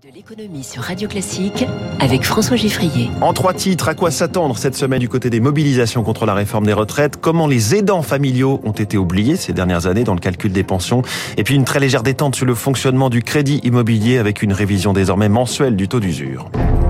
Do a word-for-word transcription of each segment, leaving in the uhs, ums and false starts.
De l'économie sur Radio Classique avec François Giffrier. En trois titres, à quoi s'attendre cette semaine du côté des mobilisations contre la réforme des retraites? Comment les aidants familiaux ont été oubliés ces dernières années dans le calcul des pensions? Et puis une très légère détente sur le fonctionnement du crédit immobilier avec une révision désormais mensuelle du taux d'usure.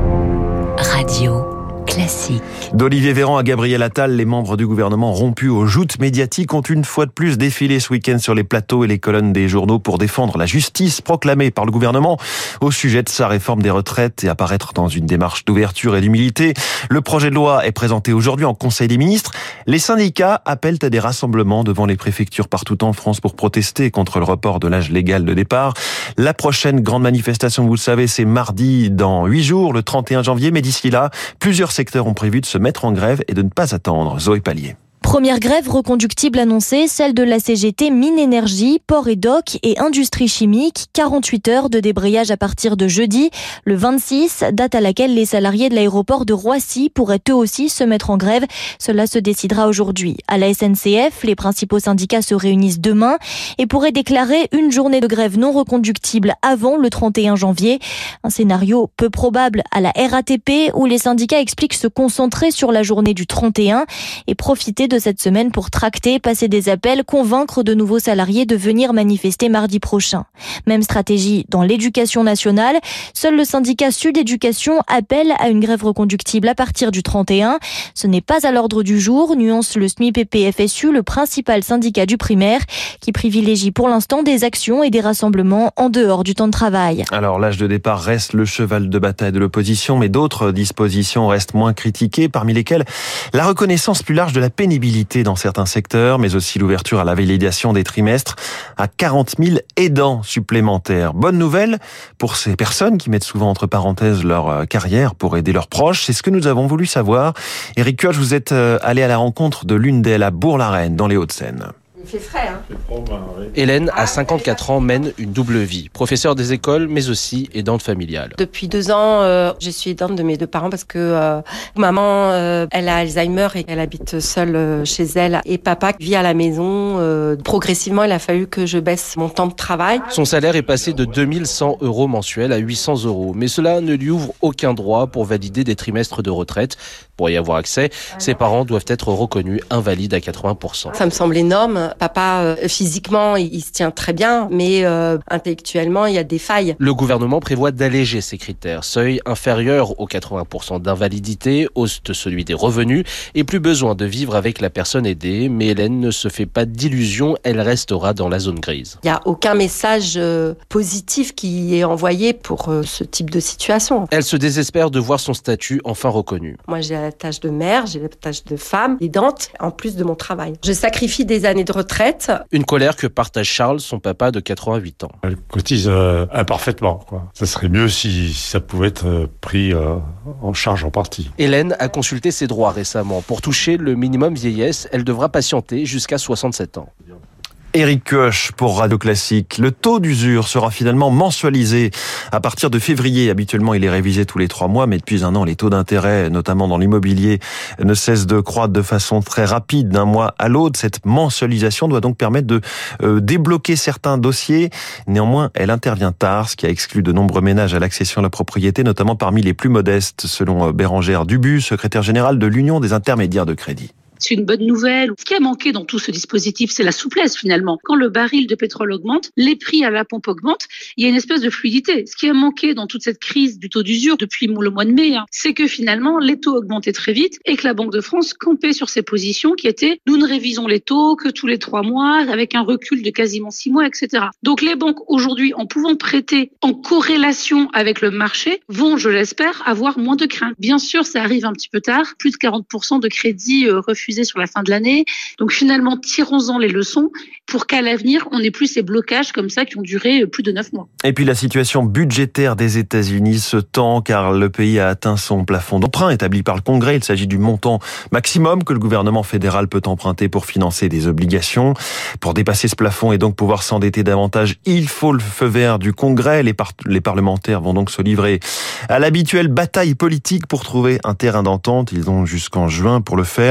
Radio Classique. D'Olivier Véran à Gabriel Attal, les membres du gouvernement rompus aux joutes médiatiques ont une fois de plus défilé ce week-end sur les plateaux et les colonnes des journaux pour défendre la justice proclamée par le gouvernement au sujet de sa réforme des retraites et apparaître dans une démarche d'ouverture et d'humilité. Le projet de loi est présenté aujourd'hui en Conseil des ministres. Les syndicats appellent à des rassemblements devant les préfectures partout en France pour protester contre le report de l'âge légal de départ. La prochaine grande manifestation, vous le savez, c'est mardi dans huit jours, le trente et un janvier. Mais d'ici là, plusieurs secteurs ont prévu de se mettre en grève et de ne pas attendre. Zoé Pallier. Première grève reconductible annoncée, celle de la C G T Mines Énergie, Port et Doc et Industrie Chimique. quarante-huit heures de débrayage à partir de jeudi, le vingt-six, date à laquelle les salariés de l'aéroport de Roissy pourraient eux aussi se mettre en grève. Cela se décidera aujourd'hui. À la S N C F, les principaux syndicats se réunissent demain et pourraient déclarer une journée de grève non reconductible avant le trente et un janvier. Un scénario peu probable à la R A T P où les syndicats expliquent se concentrer sur la journée du trente et un et profiter de cette semaine pour tracter, passer des appels, convaincre de nouveaux salariés de venir manifester mardi prochain. Même stratégie dans l'éducation nationale. Seul le syndicat Sud Éducation appelle à une grève reconductible à partir du trente et un. Ce n'est pas à l'ordre du jour, nuance le S M I P P F S U, le principal syndicat du primaire, qui privilégie pour l'instant des actions et des rassemblements en dehors du temps de travail. Alors l'âge de départ reste le cheval de bataille de l'opposition, mais d'autres dispositions restent moins critiquées, parmi lesquelles la reconnaissance plus large de la pénibilité dans certains secteurs, mais aussi l'ouverture à la validation des trimestres à quarante mille aidants supplémentaires. Bonne nouvelle pour ces personnes qui mettent souvent entre parenthèses leur carrière pour aider leurs proches. C'est ce que nous avons voulu savoir. Éric Kioch, vous êtes allé à la rencontre de l'une d'elles à Bourg-la-Reine, dans les Hauts-de-Seine. Il fait frais, hein. Hélène, à cinquante-quatre ans, mène une double vie. Professeure des écoles, mais aussi aidante familiale. Depuis deux ans, euh, je suis aidante de mes deux parents parce que euh, maman, euh, elle a Alzheimer et elle habite seule euh, chez elle. Et papa vit à la maison. Euh, progressivement, il a fallu que je baisse mon temps de travail. Son salaire est passé de deux mille cent euros mensuels à huit cents euros. Mais cela ne lui ouvre aucun droit pour valider des trimestres de retraite. Pour y avoir accès, ses parents doivent être reconnus invalides à quatre-vingts pour cent. Ça me semble énorme. Papa, euh, physiquement, il, il se tient très bien, mais euh, intellectuellement, il y a des failles. Le gouvernement prévoit d'alléger ces critères. Seuil inférieur aux quatre-vingts pour cent d'invalidité, hausse de celui des revenus, et plus besoin de vivre avec la personne aidée. Mais Hélène ne se fait pas d'illusions, elle restera dans la zone grise. Il n'y a aucun message euh, positif qui est envoyé pour euh, ce type de situation. Elle se désespère de voir son statut enfin reconnu. Moi, j'ai la tâche de mère, j'ai la tâche de femme, aidante, en plus de mon travail. Je sacrifie des années de retraite. Une colère que partage Charles, son papa de quatre-vingt-huit ans. Elle cotise euh, imparfaitement, quoi. Ça serait mieux si, si ça pouvait être euh, pris euh, en charge en partie. Hélène a consulté ses droits récemment. Pour toucher le minimum vieillesse, elle devra patienter jusqu'à soixante-sept ans. Éric Kioch pour Radio Classique. Le taux d'usure sera finalement mensualisé à partir de février. Habituellement, il est révisé tous les trois mois, mais depuis un an, les taux d'intérêt, notamment dans l'immobilier, ne cessent de croître de façon très rapide d'un mois à l'autre. Cette mensualisation doit donc permettre de euh, débloquer certains dossiers. Néanmoins, elle intervient tard, ce qui a exclu de nombreux ménages à l'accession à la propriété, notamment parmi les plus modestes, selon Bérangère Dubu, secrétaire générale de l'Union des intermédiaires de crédit. C'est une bonne nouvelle. Ce qui a manqué dans tout ce dispositif, c'est la souplesse finalement. Quand le baril de pétrole augmente, les prix à la pompe augmentent, il y a une espèce de fluidité. Ce qui a manqué dans toute cette crise du taux d'usure depuis le mois de mai, hein, c'est que finalement les taux augmentaient très vite et que la Banque de France campait sur ses positions qui étaient « nous ne révisons les taux que tous les trois mois avec un recul de quasiment six mois, et cetera » Donc les banques aujourd'hui, en pouvant prêter en corrélation avec le marché, vont, je l'espère, avoir moins de crainte. Bien sûr, ça arrive un petit peu tard, plus de quarante pour cent de crédits euh, refusés sur la fin de l'année. Donc finalement, tirons-en les leçons pour qu'à l'avenir, on n'ait plus ces blocages comme ça qui ont duré plus de neuf mois. Et puis la situation budgétaire des États-Unis se tend car le pays a atteint son plafond d'emprunt établi par le Congrès. Il s'agit du montant maximum que le gouvernement fédéral peut emprunter pour financer des obligations. Pour dépasser ce plafond et donc pouvoir s'endetter davantage, il faut le feu vert du Congrès. Les, par- les parlementaires vont donc se livrer à l'habituelle bataille politique pour trouver un terrain d'entente. Ils ont jusqu'en juin pour le faire. Janet Yellen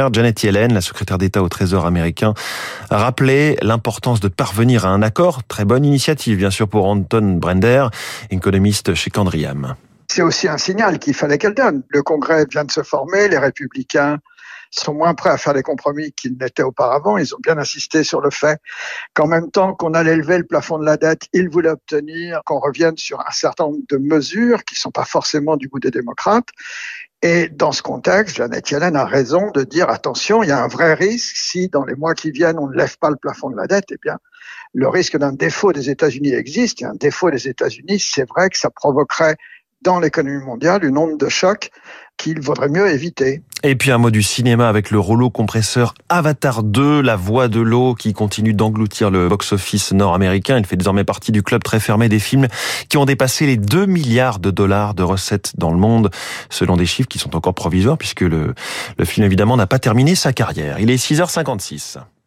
Yellen, la secrétaire d'État au Trésor américain, a rappelé l'importance de parvenir à un accord. Très bonne initiative, bien sûr, pour Anton Brender, économiste chez Candriam. C'est aussi un signal qu'il fallait qu'elle donne. Le Congrès vient de se former, les républicains sont moins prêts à faire des compromis qu'ils n'étaient auparavant. Ils ont bien insisté sur le fait qu'en même temps qu'on allait lever le plafond de la dette, ils voulaient obtenir qu'on revienne sur un certain nombre de mesures qui ne sont pas forcément du goût des démocrates. Et dans ce contexte, Janet Yellen a raison de dire attention, il y a un vrai risque si dans les mois qui viennent on ne lève pas le plafond de la dette, eh bien le risque d'un défaut des États-Unis existe. Et un défaut des États-Unis, c'est vrai que ça provoquerait dans l'économie mondiale une onde de choc qu'il vaudrait mieux éviter. Et puis un mot du cinéma avec le rouleau compresseur Avatar deux, la voix de l'eau qui continue d'engloutir le box-office nord-américain. Il fait désormais partie du club très fermé des films qui ont dépassé les deux milliards de dollars de recettes dans le monde, selon des chiffres qui sont encore provisoires puisque le, le film évidemment n'a pas terminé sa carrière. Il est six heures cinquante-six.